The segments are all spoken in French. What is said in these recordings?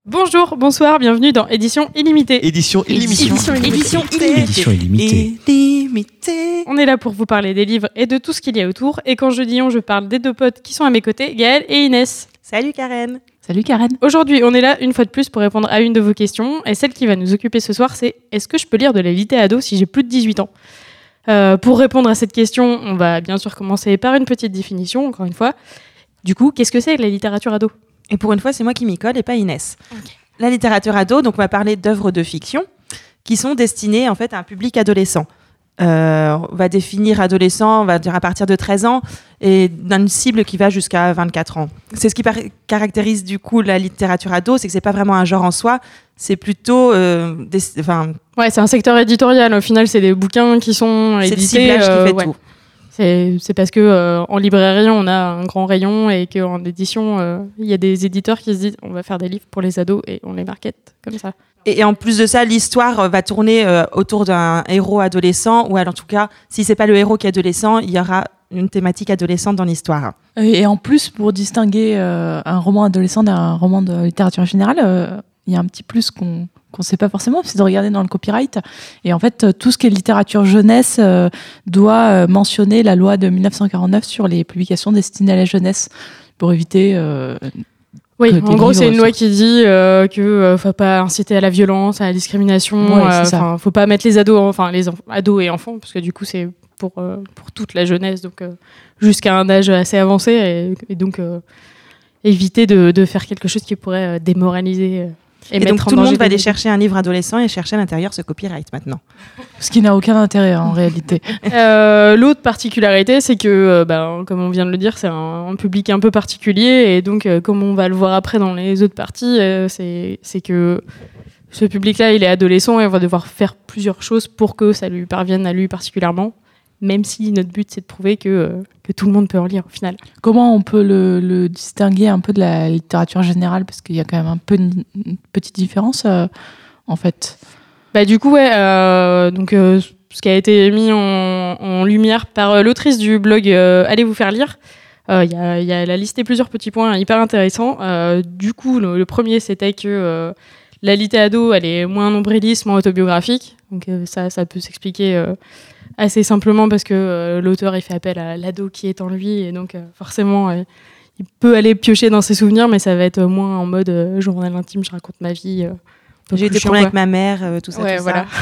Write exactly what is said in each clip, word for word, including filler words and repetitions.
Bonjour, bonsoir, bienvenue dans Édition Illimitée. Édition Illimitée. Édition Illimitée. Édition Illimitée. Illimitée. On est là pour vous parler des livres et de tout ce qu'il y a autour. Et quand je dis on, je parle des deux potes qui sont à mes côtés, Gaëlle et Inès. Salut Karen. Salut Karen. Aujourd'hui, on est là une fois de plus pour répondre à une de vos questions. Et celle qui va nous occuper ce soir, c'est est-ce que je peux lire de la litté ado si j'ai plus de dix-huit ans ? euh, Pour répondre à cette question, on va bien sûr commencer par une petite définition, encore une fois. Du coup, qu'est-ce que c'est que la littérature ado ? Et pour une fois, c'est moi qui m'y colle et pas Inès. Okay. La littérature ado, donc on va parler d'œuvres de fiction qui sont destinées en fait à un public adolescent. Euh, on va définir adolescent, on va dire à partir de treize ans, et d'une cible qui va jusqu'à vingt-quatre ans. C'est ce qui par- caractérise du coup la littérature ado, c'est que c'est pas vraiment un genre en soi, c'est plutôt, euh, des, enfin, ouais, c'est un secteur éditorial. Au final, c'est des bouquins qui sont c'est édités. le ciblage euh, qui fait ouais. tout. C'est, c'est parce que euh, en librairie, on a un grand rayon et qu'en édition, il euh, y a des éditeurs qui se disent on va faire des livres pour les ados et on les market comme ça. Et, et en plus de ça, l'histoire va tourner euh, autour d'un héros adolescent, ou alors en tout cas, si c'est pas le héros qui est adolescent, il y aura une thématique adolescente dans l'histoire. Et en plus, pour distinguer euh, un roman adolescent d'un roman de littérature générale, euh, il y a un petit plus qu'on qu'on ne sait pas forcément, c'est de regarder dans le copyright. Et en fait, tout ce qui est littérature jeunesse euh, doit euh, mentionner la loi de dix-neuf cent quarante-neuf sur les publications destinées à la jeunesse, pour éviter... Euh, oui, en gros, c'est une loi qui dit euh, qu'il ne euh, faut pas inciter à la violence, à la discrimination. Il ouais, ne euh, faut pas mettre les ados, enfin les enf- ados et enfants, parce que du coup, c'est pour, euh, pour toute la jeunesse, donc euh, jusqu'à un âge assez avancé, et, et donc euh, éviter de, de faire quelque chose qui pourrait euh, démoraliser... Euh, Et, et donc tout le monde va aller chercher un livre adolescent et chercher à l'intérieur ce copyright maintenant. Ce qui n'a aucun intérêt en réalité. Euh, l'autre particularité, c'est que, euh, bah, comme on vient de le dire, c'est un, un public un peu particulier. Et donc, euh, comme on va le voir après dans les autres parties, euh, c'est, c'est que ce public-là, il est adolescent et on va devoir faire plusieurs choses pour que ça lui parvienne à lui particulièrement. Même si notre but, c'est de prouver que, euh, que tout le monde peut en lire au final. Comment on peut le, le distinguer un peu de la littérature générale ? Parce qu'il y a quand même un peu une, une petite différence, euh, en fait. Bah, du coup, ouais, euh, donc, euh, ce qui a été mis en, en lumière par euh, l'autrice du blog euh, Allez vous faire lire, il euh, y a, y a, elle a listé plusieurs petits points hyper intéressants. Euh, du coup, le, le premier, c'était que euh, la litté ado, elle est moins nombriliste, moins autobiographique. Donc euh, ça, ça peut s'expliquer... Euh, assez simplement parce que euh, l'auteur il fait appel à l'ado qui est en lui et donc euh, forcément euh, il peut aller piocher dans ses souvenirs, mais ça va être moins en mode euh, journal intime, je raconte ma vie. Euh, J'ai eu des problèmes avec ma mère, euh, tout ça, ouais, tout voilà.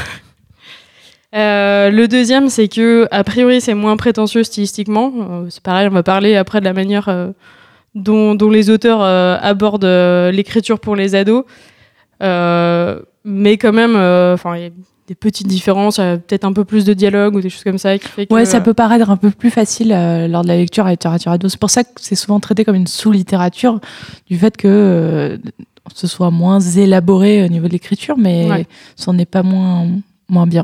ça. euh, le deuxième, c'est que a priori c'est moins prétentieux stylistiquement. Euh, c'est pareil, on va parler après de la manière euh, dont, dont les auteurs euh, abordent euh, l'écriture pour les ados, euh, mais quand même, enfin. Euh, des petites différences, euh, peut-être un peu plus de dialogue ou des choses comme ça qui fait que... Ouais, ça peut paraître un peu plus facile euh, lors de la lecture à la littérature ado. C'est pour ça que c'est souvent traité comme une sous-littérature, du fait que euh, ce soit moins élaboré au niveau de l'écriture, mais ouais. Ça n'en est pas moins, moins bien.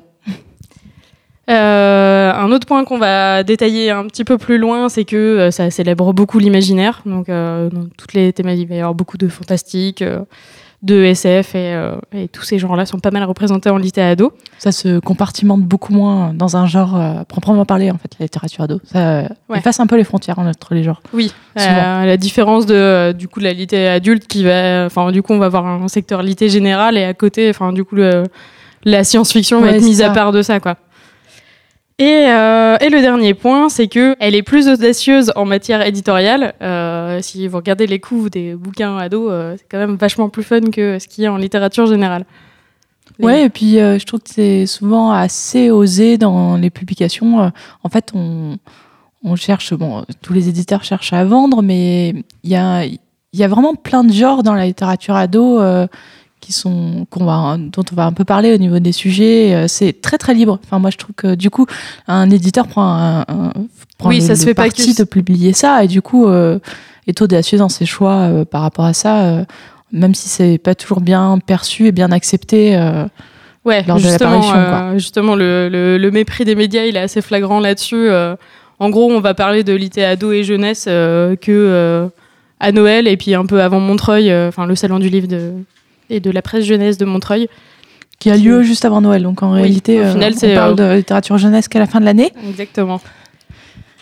Euh, un autre point qu'on va détailler un petit peu plus loin, c'est que euh, ça célèbre beaucoup l'imaginaire. Donc, euh, dans toutes les thématiques, il va y avoir beaucoup de fantastique, euh, de S F et, euh, et tous ces genres-là sont pas mal représentés en litté ado. Ça se compartimente beaucoup moins dans un genre euh, proprement parlé, en fait, la littérature ado. Ça ouais. efface un peu les frontières entre les genres. Oui, euh, la différence de euh, du coup de la litté adulte qui va, enfin du coup on va avoir un secteur litté général et à côté, enfin du coup le, la science-fiction ouais, va être mise ça. à part de ça quoi. Et, euh, et le dernier point, c'est qu'elle est plus audacieuse en matière éditoriale. Euh, si vous regardez les couves des bouquins ados, euh, c'est quand même vachement plus fun que ce qu'il y a en littérature générale. Ouais, et puis euh, je trouve que c'est souvent assez osé dans les publications. Euh, en fait, on, on cherche, bon, tous les éditeurs cherchent à vendre, mais il y a, il y a vraiment plein de genres dans la littérature ado euh, qui sont, qu'on va, dont on va un peu parler au niveau des sujets. C'est très très libre. Enfin, moi je trouve que du coup, un éditeur prend, un, un, prend oui, le, ça le se fait parti pas que... de publier ça et du coup euh, est audacieux dans ses choix euh, par rapport à ça, euh, même si c'est pas toujours bien perçu et bien accepté. Euh, ouais, lors de l'apparition, euh, quoi. Justement, le, le, le mépris des médias, il est assez flagrant là-dessus. Euh, en gros, on va parler de litté ado et jeunesse euh, que euh, à Noël et puis un peu avant Montreuil, enfin euh, le salon du livre de et de la presse jeunesse de Montreuil. Qui a lieu juste avant Noël. Donc en oui, réalité, au final, euh, on parle euh... de littérature jeunesse qu'à la fin de l'année. Exactement.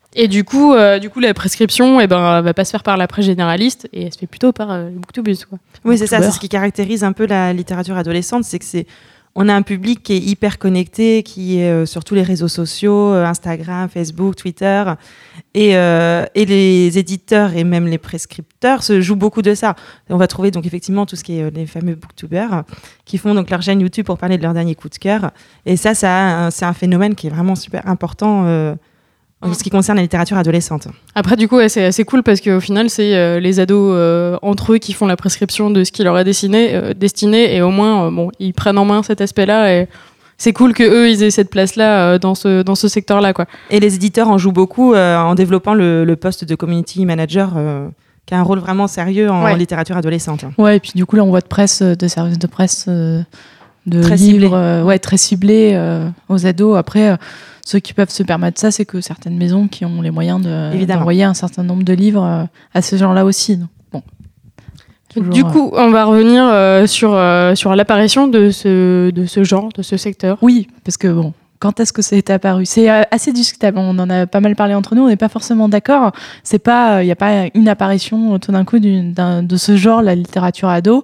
Et du coup, euh, du coup, la prescription, eh ben, elle va pas se faire par la presse généraliste, et elle se fait plutôt par euh, les booktubers, quoi. Oui, c'est ça. C'est ce qui caractérise un peu la littérature adolescente, c'est que c'est on a un public qui est hyper connecté, qui est euh, sur tous les réseaux sociaux, euh, Instagram, Facebook, Twitter, et, euh, et les éditeurs et même les prescripteurs se jouent beaucoup de ça. Et on va trouver donc effectivement tout ce qui est euh, les fameux booktubers qui font donc leur chaîne YouTube pour parler de leur dernier coup de cœur. Et ça, ça a un, c'est un phénomène qui est vraiment super important euh, en ce qui concerne la littérature adolescente. Après, du coup, ouais, c'est assez cool parce qu'au final, c'est euh, les ados euh, entre eux qui font la prescription de ce qui leur est destiné, euh, destiné et au moins, euh, bon, ils prennent en main cet aspect-là et c'est cool que eux ils aient cette place-là euh, dans ce dans ce secteur-là, quoi. Et les éditeurs en jouent beaucoup euh, en développant le, le poste de community manager, euh, qui a un rôle vraiment sérieux en, Ouais. en littérature adolescente. Ouais, et puis du coup, là, on voit de presse, euh, de services de presse, euh, de Très livres, ciblés. euh, ouais, très ciblés euh, aux ados. Après, euh, ceux qui peuvent se permettre ça, c'est que certaines maisons qui ont les moyens de, Évidemment. d'envoyer un certain nombre de livres euh, à ces gens-là aussi. Donc, bon. Toujours, Du euh, coup, on va revenir euh, sur euh, sur l'apparition de ce de ce genre, de ce secteur. Oui, parce que bon, quand est-ce que ça est apparu ? C'est euh, assez discutable. On en a pas mal parlé entre nous. On n'est pas forcément d'accord. C'est pas, il n'y a pas une apparition euh, tout d'un coup d'une, d'un, de ce genre, la littérature ado.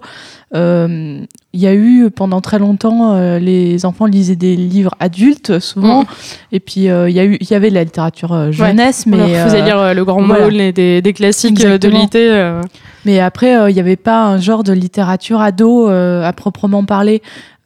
Euh, Il y a eu pendant très longtemps, euh, les enfants lisaient des livres adultes souvent, Mmh. et puis euh, il y a eu, il y avait de la littérature euh, jeunesse, On mais leur faisait euh, lire euh, Le Grand voilà. Maul et des, des classiques euh, de Exactement. l'été. euh. mais après euh, il n'y avait pas un genre de littérature ado euh, à proprement parler.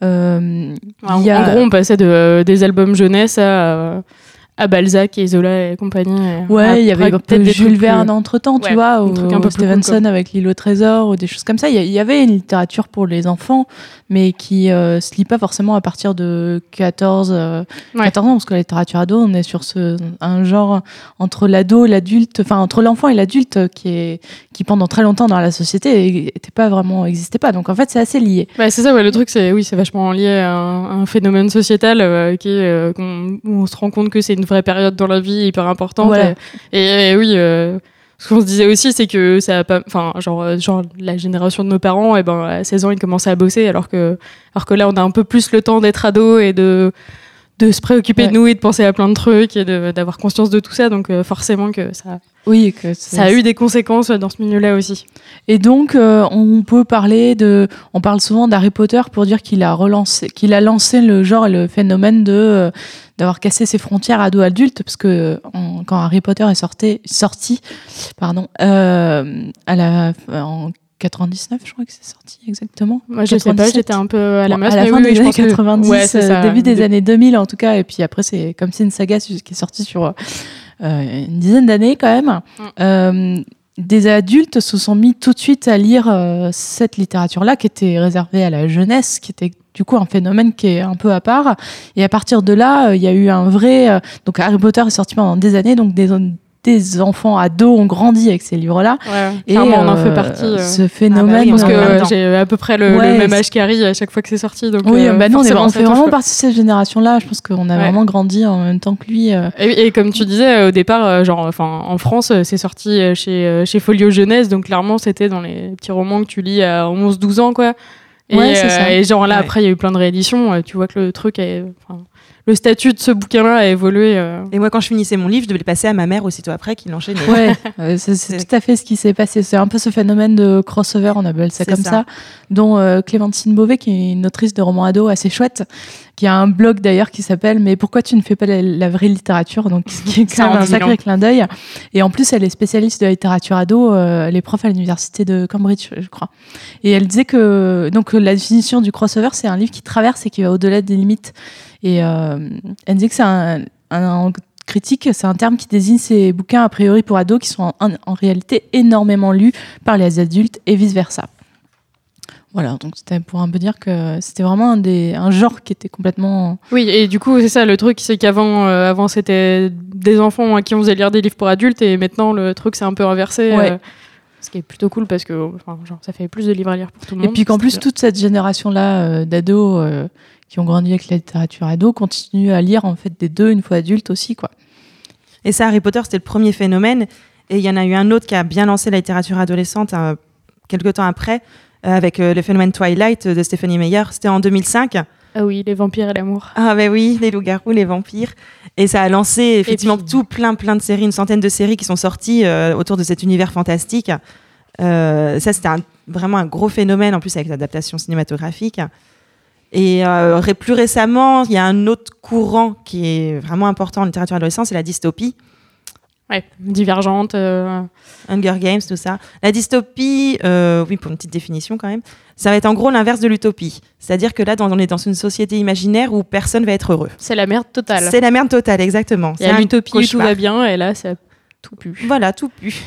Euh, En, il y a- en gros, on passait de, euh, des albums jeunesse à, euh, à Balzac et Zola et compagnie. et Ouais, il y après, avait un peu peut-être des Jules trucs plus- Verne entre temps, tu Ouais, vois, des ou, trucs un peu ou plus cool, Stevenson quoi. avec L'île au trésor, ou des choses comme ça. Il y, a- il y avait une littérature pour les enfants, mais qui euh, se lit pas forcément à partir de quatorze, euh, Ouais. quatorze ans, parce que la littérature ado, on est sur ce, un genre entre l'ado, l'adulte, enfin entre l'enfant et l'adulte euh, qui est qui pendant très longtemps dans la société était pas vraiment existait pas. Donc en fait, c'est assez lié. Ouais, c'est ça, ouais, le truc, c'est oui, c'est vachement lié à un, un phénomène sociétal euh, qui est, euh, qu'on- où on se rend compte que c'est une vraie période dans la vie hyper importante. Voilà. Et, et, et oui, euh, ce qu'on se disait aussi, c'est que ça a pas, enfin, genre, euh, genre la génération de nos parents, et ben, à seize ans, ils commençaient à bosser, alors que, alors que là, on a un peu plus le temps d'être ado et de de se préoccuper Ouais. de nous et de penser à plein de trucs et de, d'avoir conscience de tout ça. Donc euh, forcément que ça, Oui, que c'est- ça a eu des conséquences dans ce milieu-là aussi. Et donc, euh, on peut parler de, on parle souvent d'Harry Potter pour dire qu'il a relancé, qu'il a lancé le genre et le phénomène de euh, d'avoir cassé ses frontières ado-adulte, parce que en- quand Harry Potter est sorti, sorti, pardon, euh, à la en quatre-vingt-dix-neuf, je crois que c'est sorti exactement. Moi, je sais pas, quatre-vingt-dix-sept. j'étais un peu à la Bon, masse, à la mais fin oui, des oui, je années pense que- quatre-vingt-dix, ouais, c'est euh, ça. début des années deux mille en tout cas, et puis après c'est comme c'est une saga qui est sortie sur euh, une dizaine d'années quand même. Mm. Euh, des adultes se sont mis tout de suite à lire euh, cette littérature-là qui était réservée à la jeunesse, qui était du coup un phénomène qui est un peu à part. Et à partir de là, euh, il y a eu un vrai... euh, donc Harry Potter est sorti pendant des années, donc des, des enfants ados ont grandi avec ces livres-là. Ouais, Et clairement, on en euh, fait partie. euh. Ce phénomène... Ah bah oui, Parce que en même euh, temps. j'ai à peu près le, Ouais, le même c'est- âge qu'Harry à chaque fois que c'est sorti. Donc, Oui, euh, bah nous, on, est, forcément, on ça fait touche, vraiment quoi. partie de cette génération-là. Je pense qu'on a Ouais. vraiment grandi en même temps que lui. euh. Et, et comme tu disais, euh, au départ, euh, genre, enfin, en France, euh, c'est sorti euh, chez, euh, chez Folio Jeunesse, donc clairement, c'était dans les petits romans que tu lis à onze douze ans, quoi. Et, Ouais, c'est ça. et genre là, Ouais. après, il y a eu plein de rééditions. euh, tu vois que le truc, est, enfin, le statut de ce bouquin-là a évolué. euh. Et moi, quand je finissais mon livre, je devais le passer à ma mère aussitôt après, qui l'enchaînait. Ouais, euh, c'est, c'est tout à fait ce qui s'est passé. C'est un peu ce phénomène de crossover, on appelle ça C'est comme ça, ça. dont euh, Clémentine Beauvais, qui est une autrice de romans ados assez chouette, qui a un blog d'ailleurs qui s'appelle Mais pourquoi tu ne fais pas la, la vraie littérature, donc ce qui est Ça quand même en un dit sacré long. clin d'œil. Et en plus, elle est spécialiste de la littérature ado, euh, elle est prof à l'université de Cambridge, je crois. Et elle disait que donc la définition du crossover, c'est un livre qui traverse et qui va au-delà des limites. Et euh, elle disait que c'est un, un, un critique, c'est un terme qui désigne ces bouquins a priori pour ados qui sont en, en réalité énormément lus par les adultes et vice versa. Voilà, donc c'était pour un peu dire que c'était vraiment un, des, un genre qui était complètement... Oui, et du coup, c'est ça, le truc, c'est qu'avant, euh, avant, c'était des enfants à qui on faisait lire des livres pour adultes, et maintenant, le truc s'est un peu inversé. Ouais. euh, ce qui est plutôt cool parce que enfin, genre, ça fait plus de livres à lire pour tout le Et monde. puis qu'en plus, C'est- toute cette génération-là euh, d'ados euh, qui ont grandi avec la littérature ado continue à lire en fait des deux une fois adultes aussi, quoi. Et ça, Harry Potter, c'était le premier phénomène. Et il y en a eu un autre qui a bien lancé la littérature adolescente euh, quelques temps après, euh, avec euh, le phénomène Twilight de Stephanie Meyer. C'était en deux mille cinq. Ah oui, les vampires et l'amour. Ah ben oui, les loups-garous, les vampires. Et ça a lancé effectivement puis... tout plein plein de séries, une centaine de séries qui sont sorties euh, autour de cet univers fantastique. Euh, ça, c'était un, vraiment un gros phénomène, en plus avec l'adaptation cinématographique. Et euh, ré- plus récemment, il y a un autre courant qui est vraiment important en littérature adolescente, c'est la dystopie. Ouais, Divergente. Euh... Hunger Games, tout ça. La dystopie, euh, oui, pour une petite définition quand même, ça va être en gros l'inverse de l'utopie. C'est-à-dire que là, dans, on est dans une société imaginaire où personne va être heureux. C'est la merde totale. C'est la merde totale, exactement. Il y a l'utopie où tout va bien, et là, ça tout pue. Voilà, tout pue.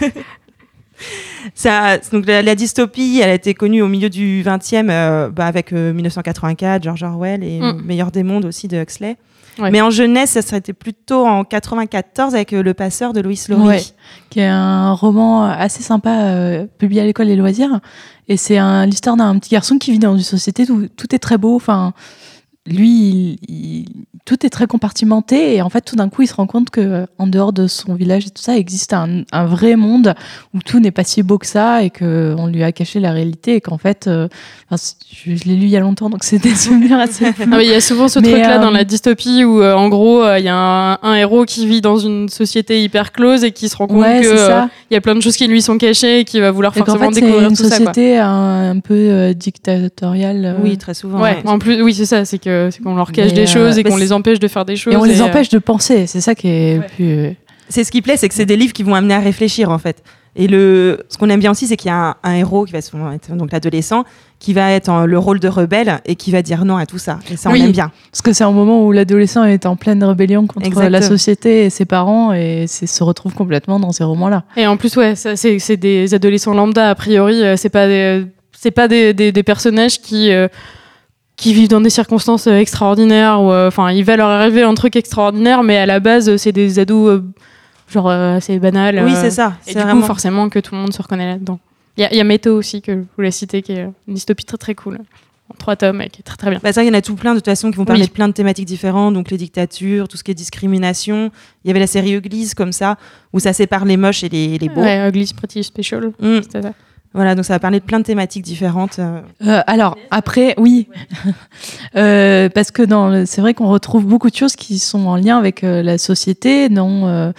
Ça, donc la, la dystopie, elle a été connue au milieu du vingtième euh, bah, avec euh, mille neuf cent quatre-vingt-quatre, George Orwell et mm. Meilleur des mondes aussi de Huxley. Ouais. Mais en jeunesse, ça serait plutôt en quatre-vingt-quatorze avec euh, Le Passeur de Loïs Laurie. Ouais, qui est un roman assez sympa euh, publié à l'école des loisirs. Et c'est un, l'histoire d'un petit garçon qui vit dans une société où tout est très beau. Enfin, lui, il, il, tout est très compartimenté. Et en fait, tout d'un coup, il se rend compte qu'en dehors de son village et tout ça, existe un, un vrai monde où tout n'est pas si beau que ça et qu'on lui a caché la réalité. Et qu'en fait, euh, je, je l'ai lu il y a longtemps, donc c'est des souvenirs assez flous. Ah oui, il y a souvent ce truc-là euh, dans la dystopie où, euh, en gros, il euh, y a un, un héros qui vit dans une société hyper close et qui se rend compte ouais, qu'il euh, y a plein de choses qui lui sont cachées et qui va vouloir et forcément en fait, découvrir tout ça. C'est une société un, un peu euh, dictatoriale. Euh... Oui, très souvent. Ouais, ouais. en plus, oui, c'est ça, c'est, que, c'est qu'on leur cache mais des euh, choses et qu'on les empêche de faire des choses. Et on et les euh... empêche de penser, c'est ça qui est ouais. plus... C'est ce qui plaît, c'est que c'est des livres qui vont amener à réfléchir, en fait. Et le, ce qu'on aime bien aussi, c'est qu'il y a un, un héros qui va souvent être donc l'adolescent, qui va être en, le rôle de rebelle et qui va dire non à tout ça. Et ça, oui, on aime bien. Parce que c'est un moment où l'adolescent est en pleine rébellion contre Exactement. La société et ses parents et c'est, se retrouve complètement dans ces romans-là. Et en plus, ouais, ça, c'est, c'est des adolescents lambda, a priori. C'est pas des, c'est pas des, des, des personnages qui... Euh, qui vivent dans des circonstances euh, extraordinaires, ou enfin, euh, il va leur arriver un truc extraordinaire, mais à la base, c'est des ados euh, genre euh, assez banals. Oui, c'est ça. Et c'est du vraiment... coup, forcément, que tout le monde se reconnaît là-dedans. Il y, y a Métaux aussi, que je voulais citer, qui est une dystopie très très cool, en trois tomes, et qui est très très bien. Bah ça, il y en a tout plein de toute façon qui vont parler oui. de plein de thématiques différentes, donc les dictatures, tout ce qui est discrimination. Il y avait la série Uglies, comme ça, où ça sépare les moches et les, les beaux. Ouais, Uglies Pretty Special, mmh. c'était ça. Voilà, donc ça va parler de plein de thématiques différentes. Euh, alors, après, oui. euh, parce que dans le, c'est vrai qu'on retrouve beaucoup de choses qui sont en lien avec euh, la société. Non, euh,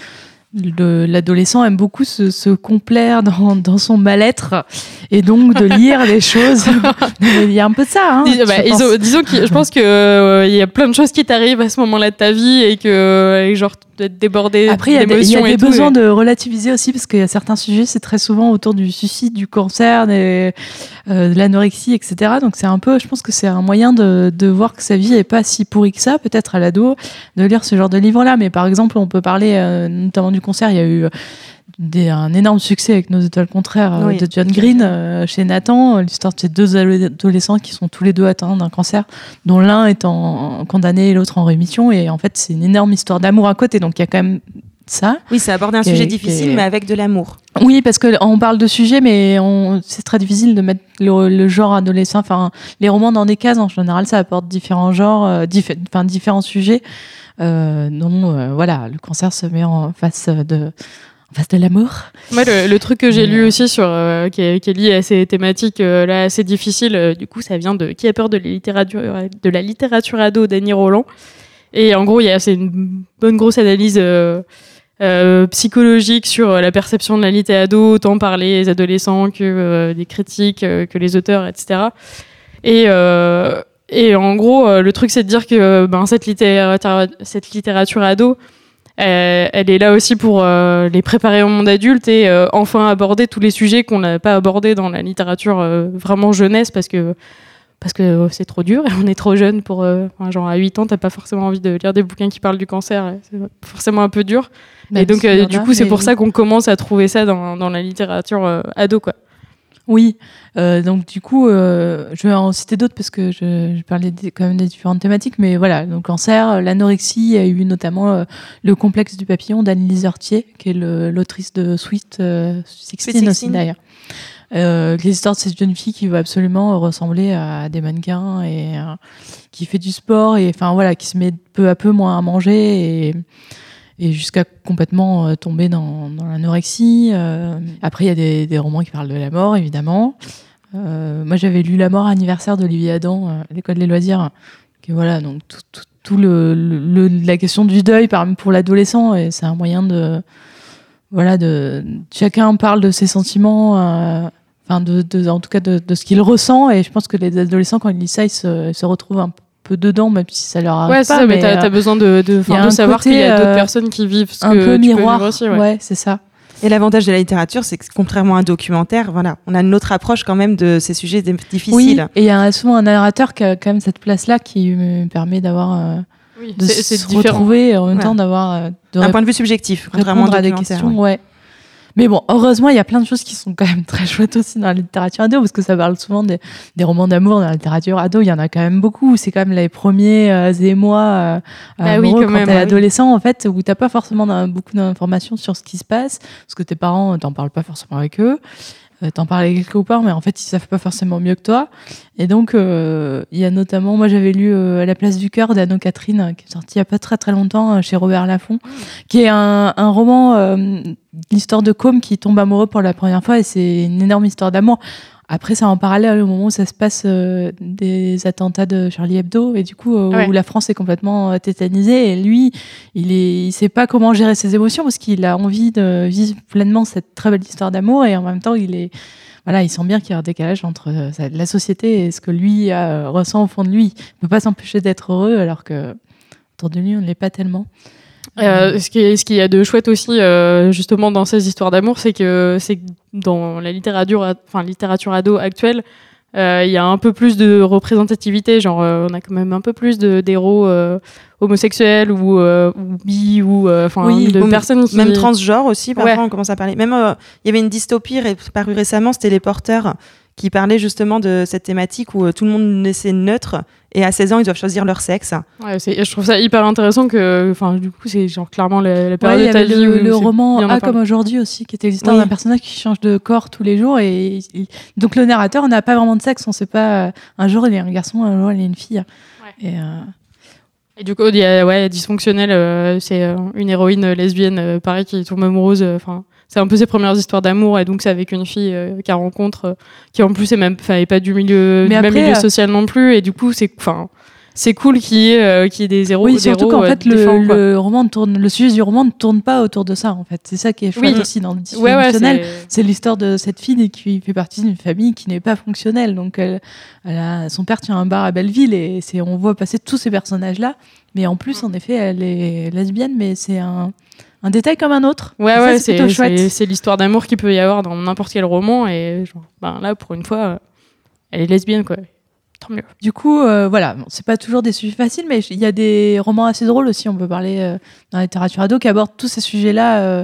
le, l'adolescent aime beaucoup se, se complaire dans, dans son mal-être et donc de lire des choses. Il y a un peu de ça. Hein, Dis, bah, disons, disons que je pense qu'il euh, y a plein de choses qui t'arrivent à ce moment-là de ta vie et que et genre d'être débordé Après, il y a des, y a des tout, besoins et... de relativiser aussi parce qu'il y a certains sujets, c'est très souvent autour du suicide, du cancer, des, euh, de l'anorexie, et cetera. Donc c'est un peu, je pense que c'est un moyen de, de voir que sa vie est pas si pourrie que ça, peut-être à l'ado, de lire ce genre de livre-là. Mais par exemple, on peut parler euh, notamment du cancer. Il y a eu Des, un énorme succès avec Nos étoiles contraires euh, oui. de John Green euh, chez Nathan, l'histoire de ces deux adolescents qui sont tous les deux atteints d'un cancer, dont l'un est en, condamné et l'autre en rémission, et en fait c'est une énorme histoire d'amour à côté, donc il y a quand même ça. Oui, ça aborde un sujet difficile, et... mais avec de l'amour. Oui, parce qu'on parle de sujet, mais on, c'est très difficile de mettre le, le genre adolescent, enfin les romans dans des cases, en général ça apporte différents genres, euh, diff, enfin différents sujets, euh, dont euh, voilà, le cancer se met en face de face de l'amour. Moi, le, le truc que j'ai lu aussi sur euh, qui, est, qui est lié à ces thématiques euh, là assez difficiles, euh, du coup, ça vient de Qui a peur de la littérature, de la littérature ado d'Annie Roland. Et en gros, il y a c'est une bonne grosse analyse euh, euh, psychologique sur la perception de la litté ado, tant par les adolescents que euh, des critiques, euh, que les auteurs, et cetera. Et euh, et en gros, euh, le truc, c'est de dire que ben cette littérature, cette littérature ado, Euh, elle est là aussi pour euh, les préparer au monde adulte et euh, enfin aborder tous les sujets qu'on n'a pas abordés dans la littérature euh, vraiment jeunesse parce que, parce que euh, c'est trop dur et on est trop jeune pour... Euh, genre à huit ans, t'as pas forcément envie de lire des bouquins qui parlent du cancer. C'est forcément un peu dur. Même et donc, euh, du coup, c'est pour ça qu'on commence à trouver ça dans, dans la littérature euh, ado, quoi. Oui, euh, donc du coup, euh, je vais en citer d'autres parce que je, je parlais des, quand même des différentes thématiques, mais voilà, donc cancer, l'anorexie, il y a eu notamment euh, le complexe du papillon d'Annelise Heurtier, qui est le, l'autrice de Sweet euh, sixteen aussi d'ailleurs. Euh, les histoires de cette jeune fille qui veut absolument ressembler à des mannequins et euh, qui fait du sport et enfin voilà, qui se met peu à peu moins à manger et et jusqu'à complètement euh, tomber dans, dans l'anorexie. Euh. Après, il y a des, des romans qui parlent de la mort, évidemment. Euh, moi, j'avais lu La mort anniversaire d'Olivier Adam euh, à l'école des loisirs. Qui, voilà, donc tout, tout, tout le, le, la question du deuil pour l'adolescent, et c'est un moyen de, voilà, de chacun parle de ses sentiments, euh, enfin de, de, en tout cas de, de ce qu'il ressent, et je pense que les adolescents quand ils lisent ça, ils se, ils se retrouvent un peu dedans, même si ça leur arrive ouais, pas. C'est ça, mais, mais t'as, euh, t'as besoin de, de, de savoir côté, qu'il y a d'autres euh, personnes qui vivent ce un que peu tu miroir, peux vivre aussi. Ouais, ouais c'est ça. Et l'avantage de la littérature, c'est que contrairement à un documentaire, voilà, on a une autre approche quand même de ces sujets difficiles. Oui, et il y a souvent un narrateur qui a quand même cette place-là qui me permet d'avoir euh, oui, de c'est, se c'est différent. retrouver et en même Voilà. temps d'avoir euh, de un point de vue subjectif, contrairement répondre à, à des questions, ouais. ouais. Mais bon, heureusement, il y a plein de choses qui sont quand même très chouettes aussi dans la littérature ado, parce que ça parle souvent des, des romans d'amour dans la littérature ado. Il y en a quand même beaucoup. C'est quand même les premiers euh, émois euh, bah amoureux oui, quand, quand même, t'es oui. adolescent, en fait, où t'as pas forcément d'un- beaucoup d'informations sur ce qui se passe, parce que tes parents, t'en parles pas forcément avec eux. Euh, t'en parles avec quelques copains, mais en fait, ils savent pas forcément mieux que toi. Et donc, euh, il y a notamment, moi, j'avais lu euh, À la place du cœur d'Anno Catherine, qui est sorti il y a pas très très longtemps euh, chez Robert Laffont, qui est un, un roman, euh, l'histoire de Côme qui tombe amoureux pour la première fois, et c'est une énorme histoire d'amour. Après, c'est en parallèle au moment où ça se passe euh, des attentats de Charlie Hebdo, et du coup, euh, Ouais. où la France est complètement euh, tétanisée, et lui, il est, il sait pas comment gérer ses émotions, parce qu'il a envie de vivre pleinement cette très belle histoire d'amour, et en même temps, il est, voilà, il sent bien qu'il y a un décalage entre euh, la société et ce que lui euh, ressent au fond de lui. Il peut pas s'empêcher d'être heureux, alors que autour de lui, on ne l'est pas tellement. Euh, ce qui ce qu'il y a de chouette aussi, euh, justement, dans ces histoires d'amour, c'est que, c'est que dans la littérature, enfin, littérature ado actuelle, euh, il y a un peu plus de représentativité. Genre, euh, on a quand même un peu plus de, d'héros euh, homosexuels ou, euh, ou bi, ou enfin Oui, de ou personnes qui... Même transgenre aussi, parfois Ouais. on commence à parler. Même, euh, il y avait une dystopie ré- parue récemment, c'était Les Porteurs, qui parlait justement de cette thématique où euh, tout le monde naissait neutre, et à seize ans, ils doivent choisir leur sexe. Ouais, c'est, je trouve ça hyper intéressant que, enfin, du coup, c'est genre clairement la, la Ouais, période il y de ta avait vie le, où le c'est roman bien A en comme parler. aujourd'hui aussi, qui était l'histoire Oui. d'un personnage qui change de corps tous les jours. Et il- donc le narrateur n'a pas vraiment de sexe. On sait pas. euh, Un jour il est un garçon, un jour il est une fille. Ouais. Et euh, Et du coup, il y a ouais, Dysfonctionnel, euh, c'est euh, une héroïne euh, lesbienne, euh, pareil, qui tombe amoureuse. Enfin, c'est un peu ses premières histoires d'amour, et donc c'est avec une fille euh, qu'elle rencontre, euh, qui en plus est même, enfin, est pas du milieu, Mais du même après, milieu euh, social non plus, et du coup, c'est, enfin, c'est cool qu'il y ait, euh, qu'il y ait des héros. oui, des surtout héros, qu'en euh, fait le, différents, quoi. le roman ne tourne, le sujet du roman ne tourne pas autour de ça. En fait, c'est ça qui est chouette Oui. aussi dans le Ouais, ouais, dysfonctionnel. c'est... C'est l'histoire de cette fille qui fait partie d'une famille qui n'est pas fonctionnelle. Donc, elle, elle a, son père tient un bar à Belleville, et c'est, on voit passer tous ces personnages-là. Mais en plus, en effet, elle est lesbienne, mais c'est un, un détail comme un autre. Ouais, Et ça, ouais, c'est c'est, plutôt chouette. c'est, c'est l'histoire d'amour qu'il peut y avoir dans n'importe quel roman, et genre, ben, là, pour une fois, euh, elle est lesbienne, quoi. Tant mieux. Du coup, euh, voilà, bon, c'est pas toujours des sujets faciles, mais il y a des romans assez drôles aussi. On peut parler euh, dans la littérature ado qui abordent tous ces sujets-là euh,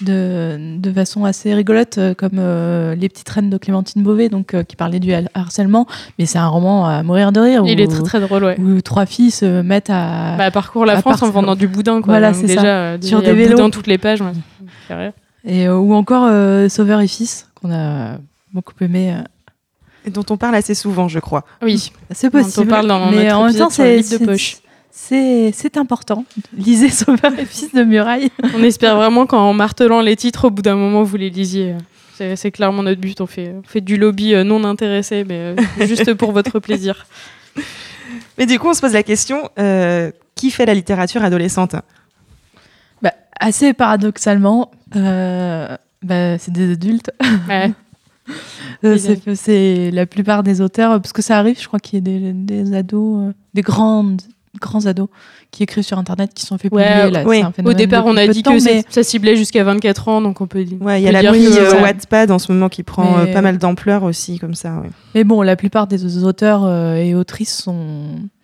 de, de façon assez rigolote, euh, comme euh, Les Petites Reines de Clémentine Beauvais, donc euh, qui parlait du harcèlement. Mais c'est un roman à mourir de rire. Il où, est très très drôle, ouais. où trois filles se mettent à Bah, parcours la à France part- en vendant du boudin, quoi. Voilà, Donc, c'est déjà, ça. euh, Sur il y a des vélos. boudin toutes les pages, ouais. Ça me fait rire. et euh, ou encore euh, Sauveur et Fils qu'on a beaucoup aimé. euh. Et dont on parle assez souvent, je crois. Oui. C'est Dont on possible. parle dans mais notre en même épisode temps, sur le c'est livre de c'est- poche. c'est c'est important. Lisez Sauveur et Fils de Muraille. On espère vraiment qu'en martelant les titres, au bout d'un moment, vous les lisiez. C'est, c'est clairement notre but. On fait, on fait du lobby euh, non intéressé, mais euh, juste pour votre plaisir. Mais du coup, on se pose la question, euh, qui fait la littérature adolescente? Bah, assez paradoxalement, euh, bah, c'est des adultes. Ouais. Euh, Oui, c'est, c'est la plupart des auteurs, parce que ça arrive, je crois qu'il y a des, des ados, euh, des grandes, grands ados qui écrivent sur Internet, qui sont fait Ouais, publier. Là, oui. c'est un Au phénomène départ, on depuis a peu dit de temps, que mais c'est- ça ciblait jusqu'à vingt-quatre ans, donc on peut dire. Ouais, il y a on peut la dire mouille que euh, ça- Wattpad en ce moment qui prend Mais- euh, pas mal d'ampleur aussi, comme ça. Ouais. mais bon, la plupart des auteurs euh, et autrices sont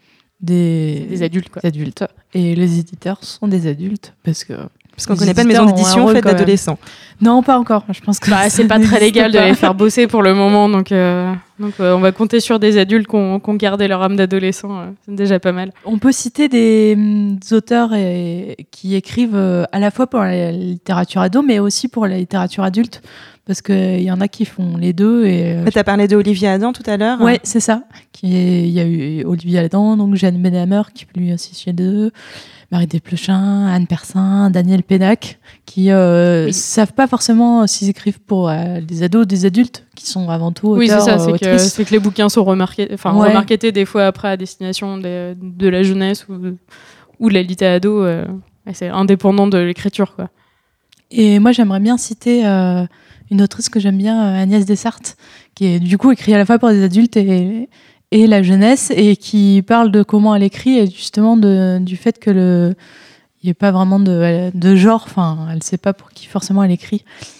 des, Des adultes, quoi. des adultes. Et les éditeurs sont des adultes, parce que... Parce qu'on Les connaît pas de éditeurs maison ont un d'édition rôle faite quand même. d'adolescents. Non, pas encore. Je pense que Bah, c'est ça pas très n'existe légal de pas. les faire bosser pour le moment, donc, euh, donc euh, on va compter sur des adultes qui ont, qui ont gardé leur âme d'adolescent. euh, c'est déjà pas mal. On peut citer des hum, auteurs et- qui écrivent euh, à la fois pour la littérature ado, mais aussi pour la littérature adulte, parce qu'il y en a qui font les deux. Et, euh, Tu as parlé de Olivier Adam tout à l'heure. ouais, c'est ça. Qui est- Il y a eu Olivier Adam, donc Jeanne Benhammer, qui lui aussi chez deux. Marie Desplechin, Anne Persin, Daniel Pénac, qui euh, oui. savent pas forcément s'ils écrivent pour euh, des ados, des adultes, qui sont avant tout auteurs, oui, c'est ça, c'est autrices. que, c'est que les bouquins sont remarqués, enfin ouais. remarquetés des fois après à destination de, de la jeunesse ou, ou de la litté ado. Euh, c'est indépendant de l'écriture, quoi. Et moi, j'aimerais bien citer euh, une autrice que j'aime bien, Agnès Dessartes, qui est du coup écrit à la fois pour des adultes et et la jeunesse, et qui parle de comment elle écrit et justement de, du fait que le il n'y a pas vraiment de, de genre, enfin elle ne sait pas pour qui forcément elle écrit.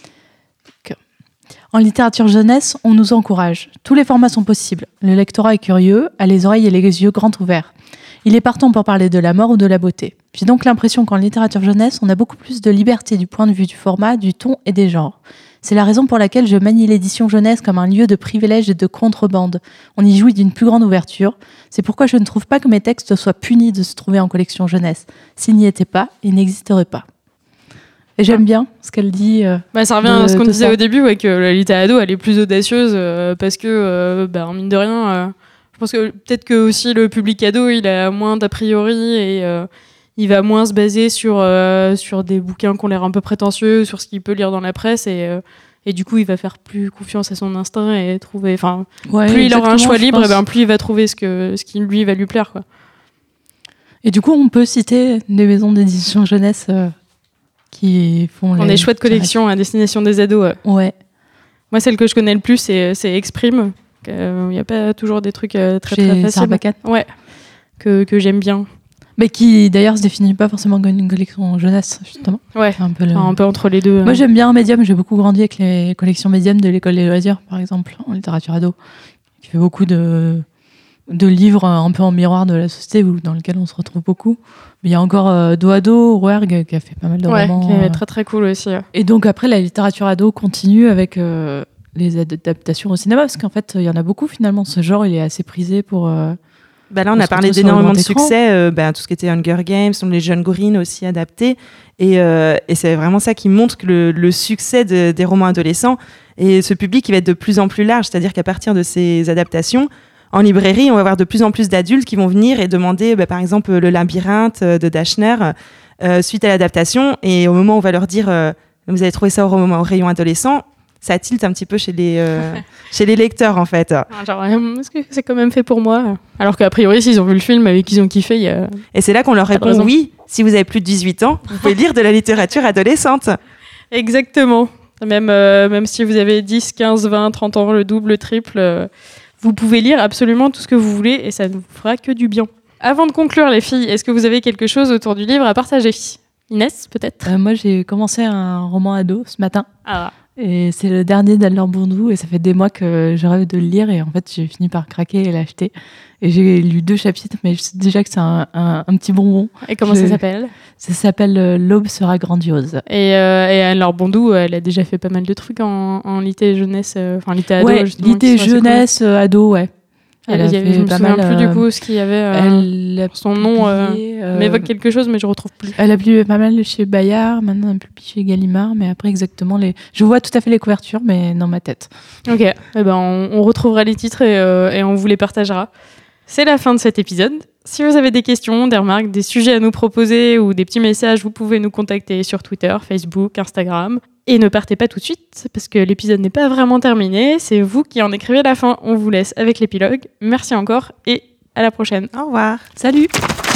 Donc, en littérature jeunesse, on nous encourage. Tous les formats sont possibles. Le lectorat est curieux, a les oreilles et les yeux grands ouverts. Il est partant pour parler de la mort ou de la beauté. J'ai donc l'impression qu'en littérature jeunesse, on a beaucoup plus de liberté du point de vue du format, du ton et des genres. C'est la raison pour laquelle je manie l'édition jeunesse comme un lieu de privilège et de contrebande. On y jouit d'une plus grande ouverture. C'est pourquoi je ne trouve pas que mes textes soient punis de se trouver en collection jeunesse. S'ils n'y étaient pas, ils n'existeraient pas. Et j'aime bien ce qu'elle dit. Euh, bah, ça revient de, à ce qu'on disait ça. au début, ouais, que la litté ado, elle est plus audacieuse euh, parce que, euh, bah, mine de rien, euh, je pense que peut-être que aussi le public ado, il a moins d'a priori et euh, il va moins se baser sur, euh, sur des bouquins qui ont l'air un peu prétentieux, sur ce qu'il peut lire dans la presse et, euh, et du coup, il va faire plus confiance à son instinct et trouver. Enfin, ouais, plus il aura un choix libre, pense... et ben, plus il va trouver ce, que, ce qui lui va lui plaire, quoi. Et du coup, on peut citer des maisons d'édition jeunesse euh, qui font les... des chouettes collections à destination des ados. Ouais. ouais. Moi, celle que je connais le plus, c'est, c'est Exprime. Il euh, n'y a pas toujours des trucs euh, très, Chez très faciles. Sarbacane. Ouais, que, que j'aime bien. Mais qui d'ailleurs se définit pas forcément comme une collection jeunesse, justement. Ouais, un peu, le... enfin, un peu entre les deux. Moi euh. j'aime bien Médium, j'ai beaucoup grandi avec les collections Médium de l'école des loisirs, par exemple, en littérature ado, qui fait beaucoup de, de livres un peu en miroir de la société, ou dans lequel on se retrouve beaucoup. Mais il y a encore euh, Do Ado, Rouergue, qui a fait pas mal de ouais, romans. Qui est très très cool aussi. Ouais. Et donc après, la littérature ado continue avec euh, les adaptations au cinéma, parce qu'en fait, il y en a beaucoup finalement. Ce genre, il est assez prisé pour... Euh, Bah là, on a parlé d'énormément de succès, euh, bah, tout ce qui était Hunger Games, les Jeunes Green aussi adaptés. Et, euh, et c'est vraiment ça qui montre que le, le succès de, des romans adolescents et ce public, il va être de plus en plus large. C'est-à-dire qu'à partir de ces adaptations, en librairie, on va avoir de plus en plus d'adultes qui vont venir et demander, bah, par exemple, Le Labyrinthe de Dashner euh, suite à l'adaptation. Et au moment où on va leur dire, euh, vous avez trouvé ça au, au rayon adolescent, ça tilte un petit peu chez les, euh, chez les lecteurs, en fait. Genre, est-ce que c'est quand même fait pour moi ? Alors qu'a priori, s'ils ont vu le film et qu'ils ont kiffé, il y a... Et c'est là qu'on leur répond, oui, si vous avez plus de dix-huit ans, vous pouvez lire de la littérature adolescente. Exactement. Même, euh, même si vous avez dix, quinze, vingt, trente ans, le double, le triple, euh, vous pouvez lire absolument tout ce que vous voulez et ça ne vous fera que du bien. Avant de conclure, les filles, est-ce que vous avez quelque chose autour du livre à partager ? Inès, peut-être ? euh, Moi, j'ai commencé un roman ado ce matin. Ah. Et c'est le dernier d'Anne-Laure Bondou et ça fait des mois que je rêve de le lire et en fait j'ai fini par craquer et l'acheter. Et j'ai lu deux chapitres mais je sais déjà que c'est un, un, un petit bonbon. Et comment je... ça s'appelle ? Ça s'appelle euh, L'aube sera grandiose. Et, euh, et Anne-Laure Bondou, elle a déjà fait pas mal de trucs en, en litté jeunesse, enfin euh, litté ado. Ouais, litté jeunesse, cool. ado, ouais. Elle, elle a fait, je me souviens plus du coup ce qu'il y avait. Euh, elle son nom euh, euh, m'évoque quelque chose, mais je retrouve plus. Elle a publié pas mal chez Bayard, maintenant elle publie chez Gallimard, mais après exactement les. Je vois tout à fait les couvertures, mais dans ma tête. Ok, eh ben on, on retrouvera les titres et, euh, et on vous les partagera. C'est la fin de cet épisode. Si vous avez des questions, des remarques, des sujets à nous proposer ou des petits messages, vous pouvez nous contacter sur Twitter, Facebook, Instagram. Et ne partez pas tout de suite, parce que l'épisode n'est pas vraiment terminé. C'est vous qui en écrivez la fin. On vous laisse avec l'épilogue. Merci encore et à la prochaine. Au revoir. Salut.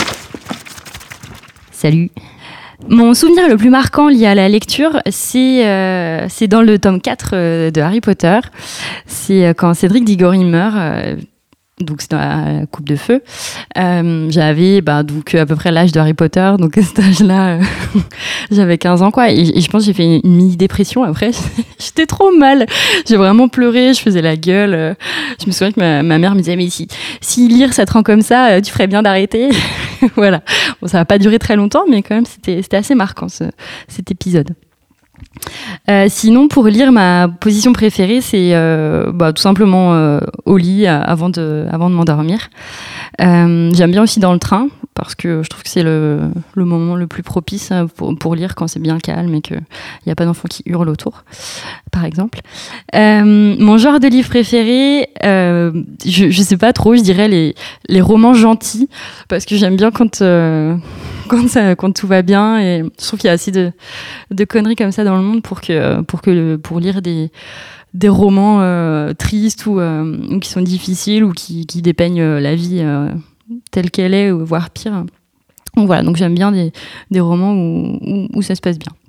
Salut. Mon souvenir le plus marquant lié à la lecture, c'est, euh, c'est dans le tome quatre euh, de Harry Potter. C'est euh, quand Cédric Diggory meurt... Euh, donc c'est dans la coupe de feu. Euh, j'avais bah, donc à peu près l'âge de Harry Potter, donc à cet âge-là, euh, j'avais quinze ans quoi. Et, et je pense que j'ai fait une mini dépression après. J'étais trop mal. J'ai vraiment pleuré, je faisais la gueule. Euh, je me souviens que ma, ma mère me disait mais si, si lire ça te rend comme ça, euh, tu ferais bien d'arrêter. Voilà. Bon, ça va pas durer très longtemps, mais quand même c'était c'était assez marquant ce, cet épisode. Euh, sinon, pour lire, ma position préférée, c'est euh, bah, tout simplement euh, au lit avant de, avant de m'endormir. Euh, j'aime bien aussi dans le train parce que je trouve que c'est le, le moment le plus propice pour, pour lire quand c'est bien calme et qu'il n'y a pas d'enfants qui hurlent autour, par exemple. Euh, mon genre de livre préféré, euh, je ne sais pas trop, je dirais les, les romans gentils parce que j'aime bien quand... Euh, quand, ça, quand tout va bien. Et je trouve qu'il y a assez de, de conneries comme ça dans le monde pour, que, pour, que, pour lire des, des romans euh, tristes ou, euh, ou qui sont difficiles ou qui, qui dépeignent la vie euh, telle qu'elle est, ou voire pire. Donc voilà, donc j'aime bien des, des romans où, où, où ça se passe bien.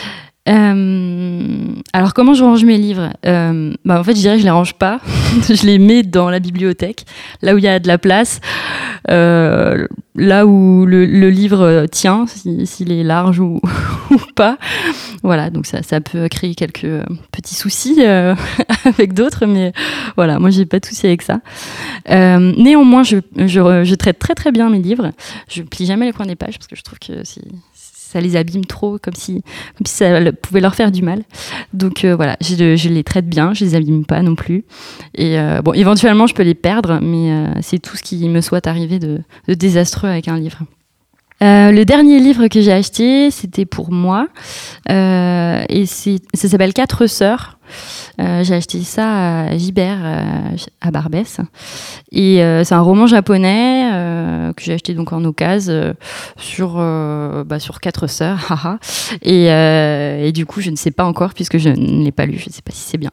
Euh, alors comment je range mes livres euh, bah en fait je dirais que je les range pas. Je les mets dans la bibliothèque, là où il y a de la place, euh, là où le, le livre tient, si, s'il est large ou, ou pas. Voilà, donc ça, ça peut créer quelques petits soucis euh, avec d'autres, mais voilà, moi j'ai pas de soucis avec ça. Euh, néanmoins, je, je, je traite très très bien mes livres. Je plie jamais les coins des pages parce que je trouve que c'est ça les abîme trop, comme si, comme si ça pouvait leur faire du mal. Donc euh, voilà, je, je les traite bien, je les abîme pas non plus. Et euh, bon, éventuellement, je peux les perdre, mais euh, c'est tout ce qui me soit arrivé de, de désastreux avec un livre. Euh, le dernier livre que j'ai acheté, c'était pour moi, euh, et c'est, ça s'appelle Quatre sœurs. Euh, j'ai acheté ça à Gibert, euh, à Barbès, et euh, c'est un roman japonais euh, que j'ai acheté donc en occasion euh, sur euh, bah, sur quatre sœurs, haha. et, euh, et du coup je ne sais pas encore puisque je ne l'ai pas lu, je ne sais pas si c'est bien.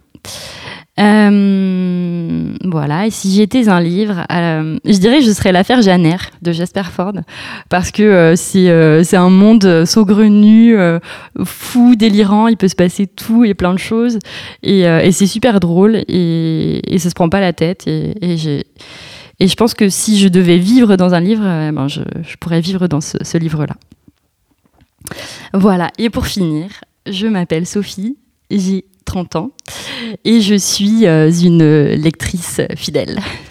Euh, voilà, et si j'étais un livre, euh, je dirais que je serais L'affaire Janer de Jasper Ford, parce que euh, c'est, euh, c'est un monde saugrenu, euh, fou, délirant, il peut se passer tout et plein de choses, et, euh, et c'est super drôle, et, et ça se prend pas la tête, et, et, j'ai, et je pense que si je devais vivre dans un livre, euh, ben je, je pourrais vivre dans ce, ce livre-là. Voilà, et pour finir, je m'appelle Sophie, j'ai trente ans, et je suis euh, une lectrice fidèle.